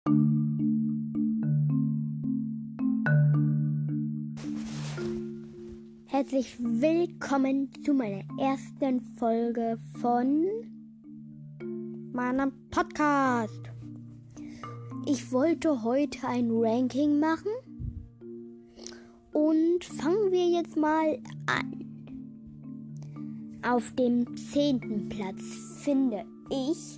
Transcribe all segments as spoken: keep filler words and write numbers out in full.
Herzlich willkommen zu meiner ersten Folge von meinem Podcast. Ich wollte heute ein Ranking machen und fangen wir jetzt mal an. Auf dem zehnten Platz finde ich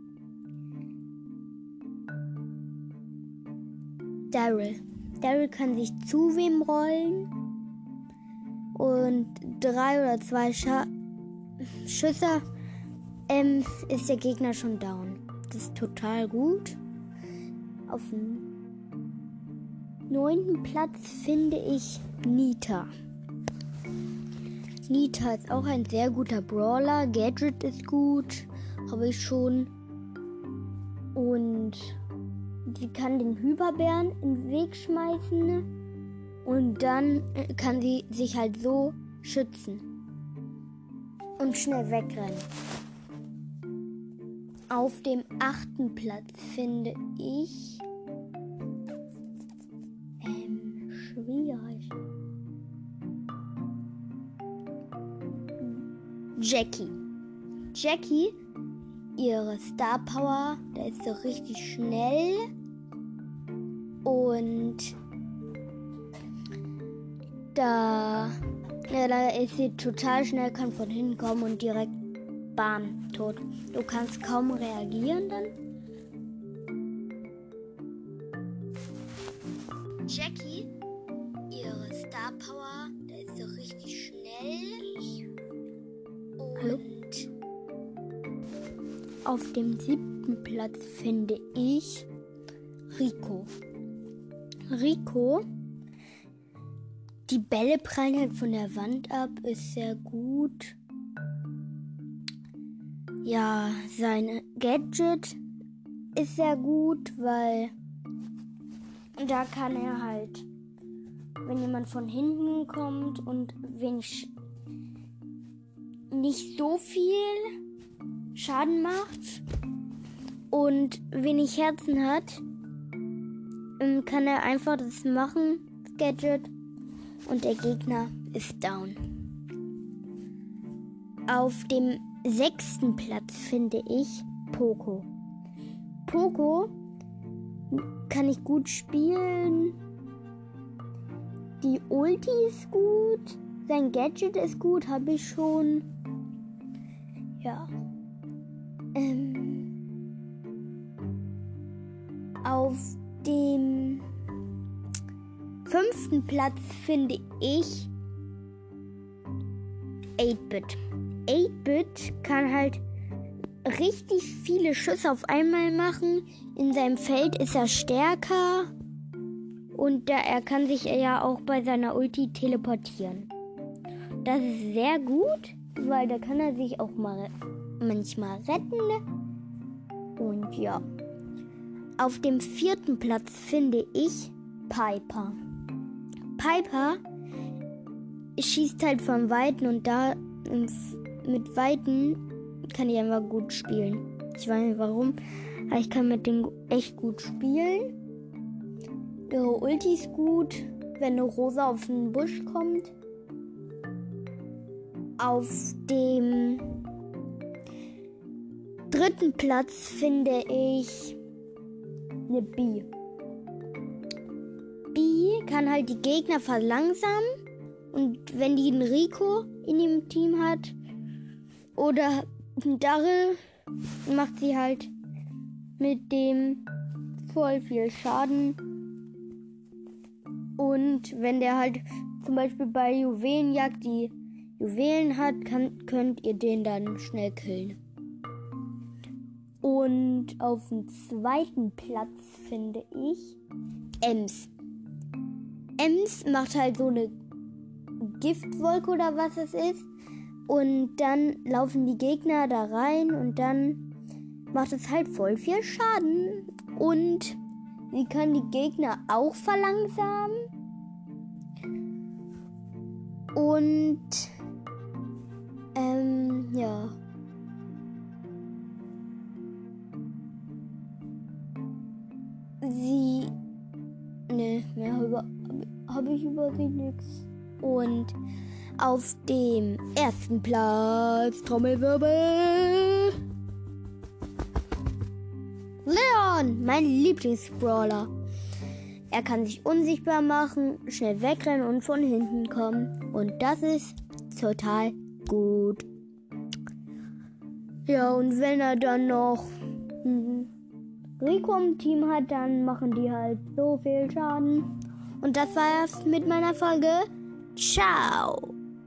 Daryl. Daryl kann sich zu wem rollen und drei oder zwei Scha- Schüsse ähm, ist der Gegner schon down. Das ist total gut. Auf dem neunten Platz finde ich Nita. Nita ist auch ein sehr guter Brawler. Gadget ist gut, habe ich schon. Und sie kann den Hyperbären in den Weg schmeißen. Und dann kann sie sich halt so schützen und schnell wegrennen. Auf dem achten Platz finde ich ähm, schwierig. Jackie. Jackie, ihre Star Power, da ist sie richtig schnell und da, ja, da ist sie total schnell, kann von hinten kommen und direkt bam, tot. Du kannst kaum reagieren dann. Jackie, ihre Star Power, da ist sie richtig schnell. Und Hallo? Auf dem siebten Platz finde ich Rico. Rico, die Bälle prallen halt von der Wand ab, ist sehr gut. Ja, sein Gadget ist sehr gut, weil da kann er halt, wenn jemand von hinten kommt und wenig, nicht so viel Schaden macht und wenig Herzen hat, kann er einfach das machen, das Gadget, und der Gegner ist down. Auf dem sechsten Platz finde ich Poco. Poco kann ich gut spielen. Die Ulti ist gut. Sein Gadget ist gut, habe ich schon. Ja. Ähm, auf dem fünften Platz finde ich acht-Bit. acht-Bit kann halt richtig viele Schüsse auf einmal machen. In seinem Feld ist er stärker. Und da, er kann sich ja auch bei seiner Ulti teleportieren. Das ist sehr gut, weil da kann er sich auch mal manchmal retten. Und ja. Auf dem vierten Platz finde ich Piper. Piper schießt halt von Weiten und da mit Weiten kann ich einfach gut spielen. Ich weiß nicht warum, aber ich kann mit denen echt gut spielen. Ihre Ulti ist gut, wenn eine Rosa auf den Busch kommt. Auf dem dritten Platz finde ich eine Bee. Bee kann halt die Gegner verlangsamen und wenn die einen Rico in ihrem Team hat oder einen Daryl, macht sie halt mit dem voll viel Schaden. Und wenn der halt zum Beispiel bei Juwelenjagd die Juwelen hat, kann, könnt ihr den dann schnell killen. Und auf dem zweiten Platz finde ich Ems. Ems macht halt so eine Giftwolke oder was es ist. Und dann laufen die Gegner da rein und dann macht es halt voll viel Schaden. Und sie kann die Gegner auch verlangsamen. Und ähm, ja. sie... Ne, mehr habe hab ich über sie nichts. Und auf dem ersten Platz, Trommelwirbel, Leon, mein Lieblingsbrawler. Er kann sich unsichtbar machen, schnell wegrennen und von hinten kommen. Und das ist total gut. Ja, und wenn er dann noch ein Rico im Team hat, dann machen die halt so viel Schaden. Und das war's mit meiner Folge. Ciao!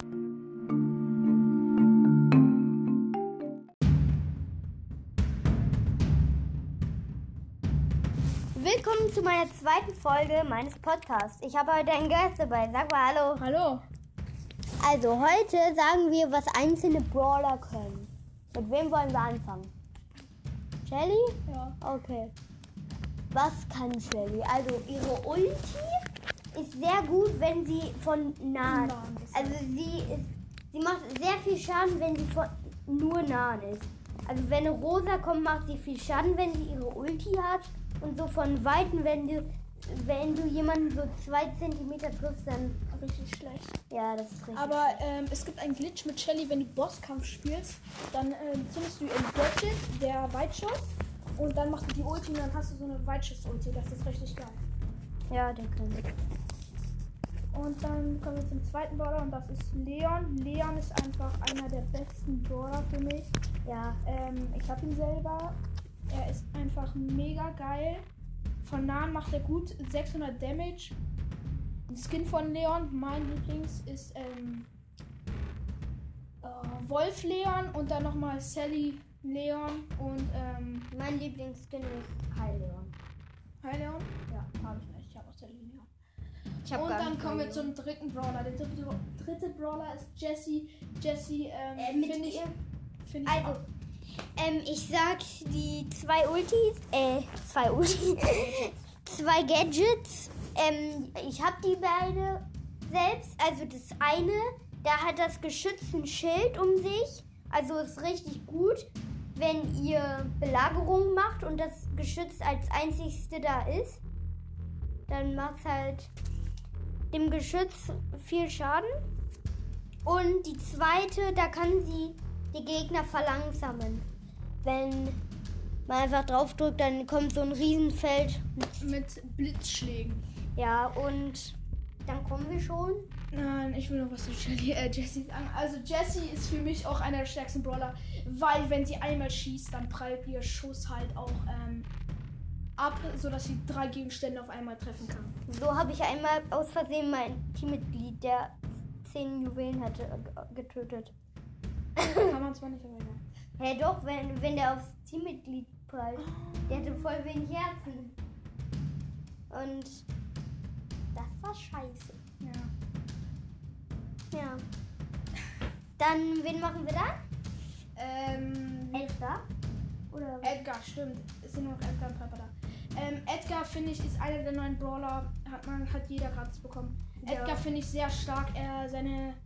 Willkommen zu meiner zweiten Folge meines Podcasts. Ich habe heute einen Gast dabei. Sag mal hallo. Hallo. Also heute sagen wir, was einzelne Brawler können. Mit wem wollen wir anfangen? Shelly? Ja. Okay. Was kann Shelly? Also ihre Ulti ist sehr gut, wenn sie von nahen. Also sie ist, sie macht sehr viel Schaden, wenn sie von nur nahen ist. Also wenn eine Rosa kommt, macht sie viel Schaden, wenn sie ihre Ulti hat. Und so von Weitem, wenn du, wenn du jemanden so zwei Zentimeter triffst, dann... Richtig schlecht. Ja, das ist richtig Aber ähm, es gibt einen Glitch mit Shelly, wenn du Bosskampf spielst, dann ähm, zündest du im Gadget, der Weitschuss, und dann machst du die Ulti und dann hast du so eine Weitschuss-Ulti. Das ist richtig geil. Ja, den kann ich. Und dann kommen wir zum zweiten Brawler und das ist Leon. Leon ist einfach einer der besten Brawler für mich. Ja. Ähm, ich habe ihn selber. Er ist einfach mega geil. Von nahen macht er gut sechshundert Damage. Ein Skin von Leon, mein Lieblings, ist ähm, äh, Wolf Leon und dann nochmal Sally Leon und ähm, Mein Lieblingsskin ist Hi Leon. Hi Leon? Ja, habe ich nicht. Ich habe auch Sally Leon. Ich hab Und gar dann nicht kommen wir Leon. zum dritten Brawler. Der dritte, dritte Brawler ist Jessie. Jessie ähm, Äh, mit finde ich, ihr- find ich Also, auch. ähm, ich sag die zwei Ultis, äh, zwei Ultis, zwei Gadgets. Ähm, ich hab die beide selbst. Also das eine, da hat das Geschütz ein Schild um sich. Also ist richtig gut, wenn ihr Belagerung macht und das Geschütz als einzigste da ist. Dann macht halt dem Geschütz viel Schaden. Und die zweite, da kann sie die Gegner verlangsamen. Wenn man einfach draufdrückt, dann kommt so ein Riesenfeld. Mit Blitzschlägen. Ja, und dann kommen wir schon. Nein, ich will noch was zu Shelly, äh, Jessie sagen. Also Jessie ist für mich auch einer der stärksten Brawler, weil wenn sie einmal schießt, dann prallt ihr Schuss halt auch ähm, ab, sodass sie drei Gegenstände auf einmal treffen kann. So habe ich einmal aus Versehen mein Teammitglied, der zehn Juwelen hatte, äh, getötet. Kann man zwar nicht, aber ja. Hä, hey, doch, wenn, wenn der aufs Teammitglied prallt. Der hatte voll wenig Herzen. Und das war scheiße. Ja. Ja. Dann, wen machen wir dann? Ähm, Edgar? Oder? Edgar, stimmt. Es sind nur noch Edgar und Piper da. Ähm, Edgar, finde ich, ist einer der neuen Brawler. Hat man, hat jeder gratis bekommen. Ja. Edgar finde ich sehr stark. Er seine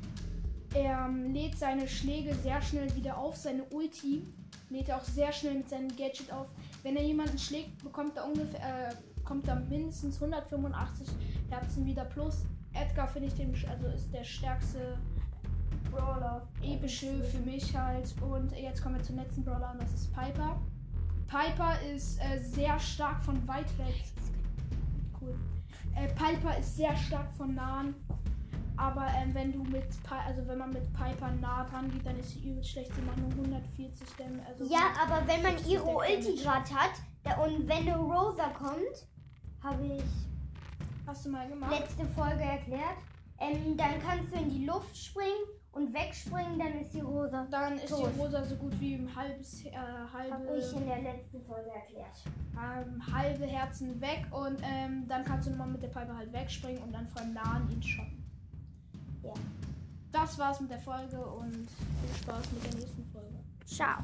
Er ähm, lädt seine Schläge sehr schnell wieder auf. Seine Ulti lädt er auch sehr schnell mit seinem Gadget auf. Wenn er jemanden schlägt, bekommt er ungefähr, äh, kommt er mindestens hundertfünfundachtzig Herzen wieder plus. Edgar finde ich den, also ist der stärkste Brawler, epische für mich halt. Und jetzt kommen wir zum letzten Brawler und das ist Piper. Piper ist äh, sehr stark von weit weg. Cool. Äh, Piper ist sehr stark von nahen. Aber ähm, wenn du mit Pi- also wenn man mit Piper nah rangeht, dann ist sie übel schlecht. Sie macht nur hundertvierzig Damage. Also Ja, aber wenn man ihre Damage. Ulti gerade hat da, und wenn eine Rosa kommt, habe ich Hast du mal gemacht? letzte Folge erklärt, ähm, dann kannst du in die Luft springen und wegspringen, dann ist die Rosa. Dann ist tot. die Rosa so gut wie ein halbes, äh, Habe halbe, ich in der letzten Folge erklärt. ähm, halbe Herzen weg und ähm, dann kannst du nochmal mit der Piper halt wegspringen und dann von nahen ihn schotten. Ja. Das war's mit der Folge und viel Spaß mit der nächsten Folge. Ciao.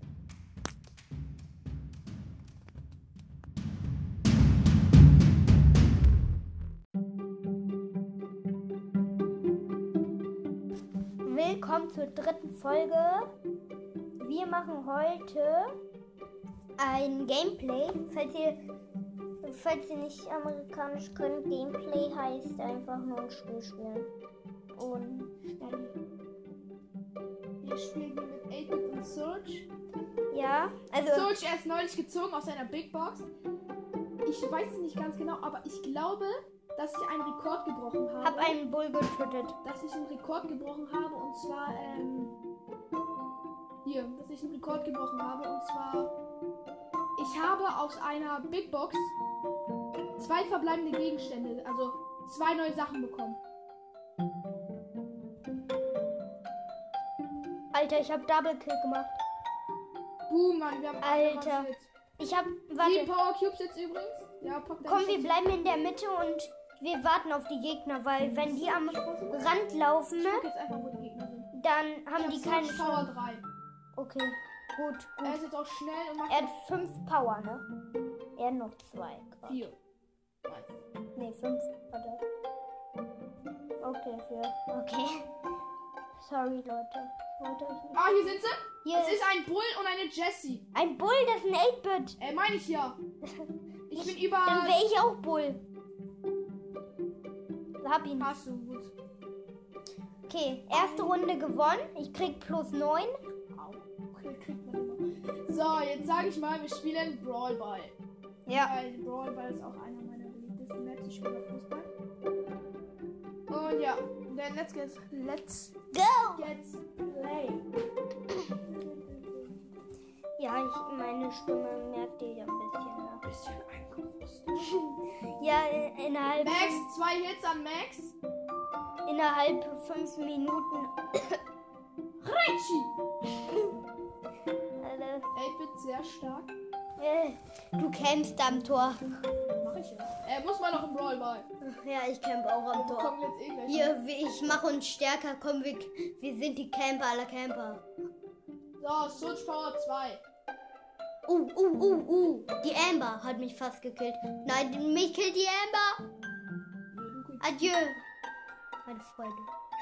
Willkommen zur dritten Folge. Wir machen heute ein Gameplay. Falls ihr falls ihr nicht amerikanisch könnt, Gameplay heißt einfach nur ein Spiel spielen. Und wir spielen hier mit acht-Bit und Surge. ja, also Surge erst neulich gezogen aus seiner Big Box. Ich weiß es nicht ganz genau, aber ich glaube, dass ich einen Rekord gebrochen habe. hab einen Bull getötet. Dass ich einen Rekord gebrochen habe und zwar, ähm, hier, dass ich einen Rekord gebrochen habe und zwar, ich habe aus einer Big Box zwei verbleibende Gegenstände, also zwei neue Sachen bekommen. Alter, ich hab Double Kill gemacht. Boom, Mann, wir haben Alter. alle Hits. Ich hab, Sieben warte, Power Cubes jetzt übrigens. Ja, pack deine komm, wir Schätze. bleiben in der Mitte und wir warten auf die Gegner, weil wenn die am Rand laufen, Ich guck jetzt einfach, wo die Gegner sind. dann Ich haben hab die keine Surge Power Chance. drei. Okay, gut, Er gut. ist jetzt auch schnell und macht Er hat fünf Power, ne? Er hat noch zwei. grad. vier. Ne, fünf. Warte. Okay, vier. Okay. Sorry, Leute. Wollte euch nicht. Ah, hier sind sie. Hier Es ist ist ein Bull und eine Jessie. ein Bull, das ist ein acht-Bit. Äh, meine ich ja. Ich bin über... Dann wäre ich auch Bull. Hab ihn. Hast du, gut. Okay, erste Runde gewonnen. Ich krieg plus neun. Au. Okay, kriegt man immer. So, jetzt sage ich mal, wir spielen Brawl Ball. Ja. Weil Brawl Ball ist auch einer meiner beliebtesten Maps. Ich spiele Fußball. Und ja, dann let's get... Let's Go! get play. Ja, ich, meine Stimme merkt ihr ja ein bisschen. Ne? Bisschen eingerostet. Ja, in- innerhalb, Max, zwei Hits an Max. innerhalb fünf Minuten. Richie. Alter, acht-Bit sehr stark. äh, du campst am Tor. Mach ich ja. Er muss mal noch im Brawl Ball. Ja, ich camp auch am Wir Tor. kommen jetzt eh gleich. Hier, wie- ich mache uns stärker. Komm, wir, wir sind die Camper aller Camper. So, Surge Power zwei. Uh, uh, uh, uh. Die Amber hat mich fast gekillt. Nein, mich killt die Amber. Adieu. Meine Freunde.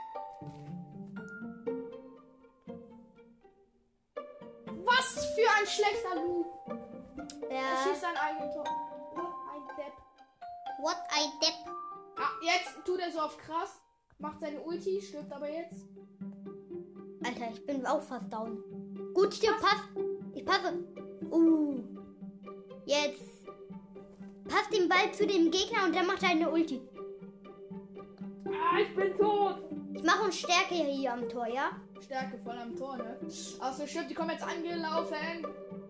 Was für ein schlechter Lu. Er Ja. schießt sein eigenes Tor. What ein Depp. What I dip. Ah, jetzt tut er so auf krass. Macht seine Ulti, stirbt aber jetzt. Alter, ich bin auch fast down. Gut, ich pass. Ich passe. Uh. Jetzt. Passt den Ball zu dem Gegner und der macht eine Ulti. Ah, ich bin tot. Ich mache uns Stärke hier am Tor, ja? Stärke voll am Tor, ne? Außer stimmt, die kommen jetzt angelaufen.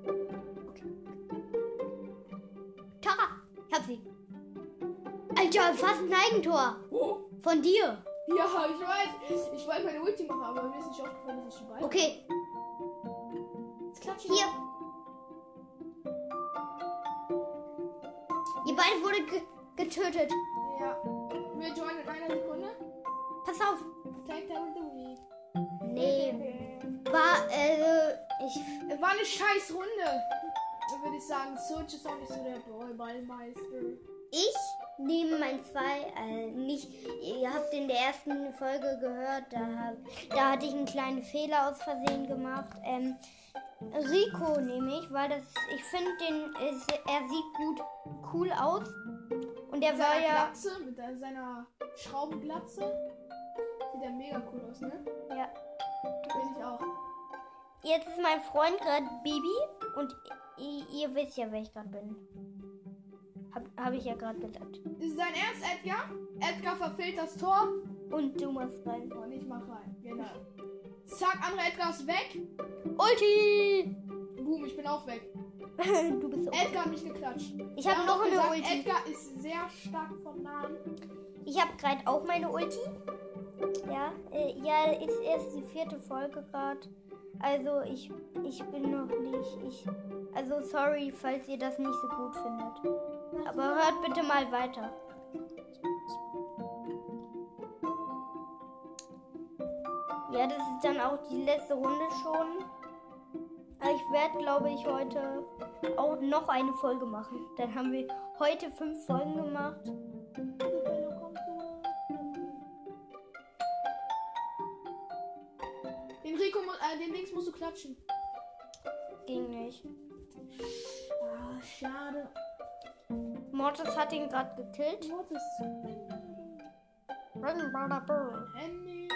Tara, ich hab sie. Alter, fast ein Eigentor. Oh. Von dir. Ja, ich weiß. Ich wollte meine Ulti machen, aber mir ist nicht aufgefallen, dass ich die Ball. Okay, Jetzt klatsche ich. hier. Ihr beide wurde ge getötet. Ja. Wir joinen in einer Sekunde. Pass auf. Take down the week. Nee, war, äh, ich, War eine scheiß Runde. Würde ich sagen, Surge ist auch nicht so der Ballmeister. ich nehme mein zwei, äh, nicht, ihr habt in der ersten Folge gehört, da, hab, da hatte ich einen kleinen Fehler aus Versehen gemacht. Ähm, Rico nehme ich, weil das, ich finde den, äh, er sieht gut, cool aus. Und der Mit war seiner ja, Glatze, mit der, seiner Schraubenglatze. Sieht ja mega cool aus, ne? ja. Bin ich auch. Jetzt ist mein Freund gerade Bibi und ihr, ihr wisst ja, wer ich gerade bin. Hab, hab ich ja gerade gesagt. Ist dein Ernst, Edgar? Edgar verfehlt das Tor. Und du machst rein. Und ich mach rein. Genau. Zack, andere Edgar ist weg. Ulti! Boom, ich bin auch weg. Du bist so. Edgar hat mich geklatscht. Ich Wir habe haben noch auch eine gesagt, Ulti. Edgar ist sehr stark von nahen. Ich habe gerade auch meine Ulti. Ja, äh, ja, ist erst die vierte Folge gerade. Also ich, ich bin noch nicht. Ich, also sorry, falls ihr das nicht so gut findet. Aber hört bitte mal weiter. Ja, das ist dann auch die letzte Runde schon. Aber ich werde, glaube ich, heute auch noch eine Folge machen. Dann haben wir heute fünf Folgen gemacht. Den Rico, mu- äh, den Dings musst du klatschen. Ging nicht. Ah, schade. Mortis hat ihn gerade gekillt. Mortis. Handy.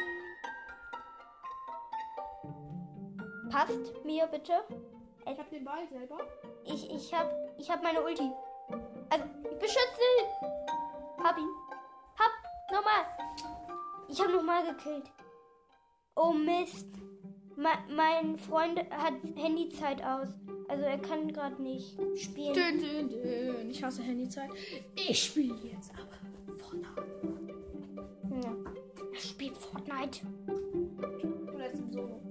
Passt mir bitte. Ich hab den Ball selber. Ich, ich hab, ich hab meine Ulti. Also, ich beschütze ihn. Hab ihn. Hab, nochmal. Ich hab nochmal gekillt. Oh Mist. Me mein Freund hat Handyzeit aus. Also er kann gerade nicht spielen. Dün, dün, dün. Ich hasse Handyzeit. Ich spiele jetzt aber Fortnite. Ja. Er spielt Fortnite. Oder jetzt im Solo.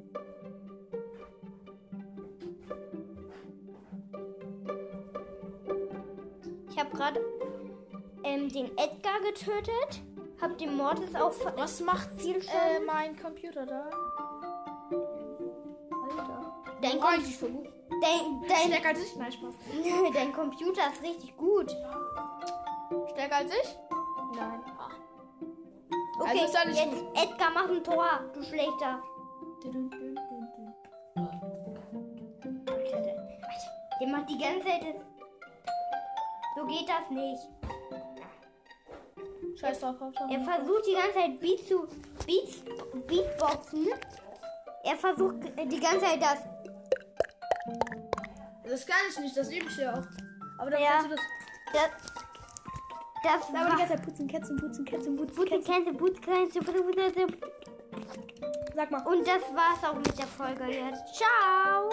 Ich habe gerade ähm, den Edgar getötet. Hab den Mortis auch ver- Was macht viel äh, Schaden. mein Computer da? Alter. Dein, Oh, Com eigentlich voll gut. dein, dein, Stärker als ich? Nein, Spaß. dein Computer ist richtig gut. Stärker als ich? Nein. Ah. Okay, Also ist er nicht jetzt Edgar macht ein Tor. Du Schlechter. Dün, dün, dün, dün. Alter, der, Alter, der macht die ganze Zeit das. So geht das nicht. Scheiß drauf, Hauptsache. Er versucht die ganze Zeit Beats zu Beats, Beatboxen. Er versucht die ganze Zeit das. Das kann ich nicht, das übe ich ja auch. Aber dann Ja. kannst du das. Das, das Aber die ganze Zeit putzen, Kätzen, putzen, Kätzen, putzen, Putzen, Kätzen. Kälte, Putzen, Kälte, Sag mal. Und das war's auch mit der Folge jetzt. Ciao!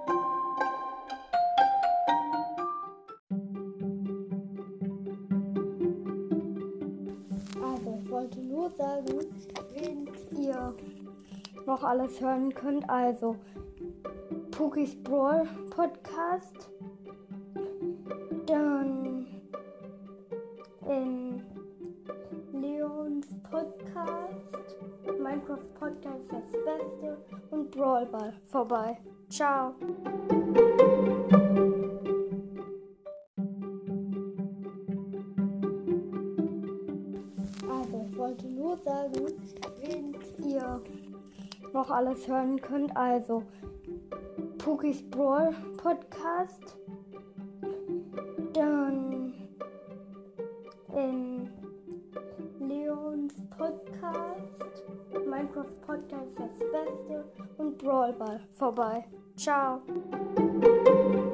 Also, ich wollte nur sagen, wenn ihr noch alles hören könnt, also Pokis Brawl Podcast, dann in Leons Podcast, Minecraft Podcast ist das Beste und Brawl Ball vorbei. Ciao! Also, ich wollte nur sagen, wenn ihr noch alles hören könnt, also Pokis Brawl Podcast, dann in Leons Podcast, Minecraft Podcast ist das Beste und Brawl Ball vorbei. Ciao!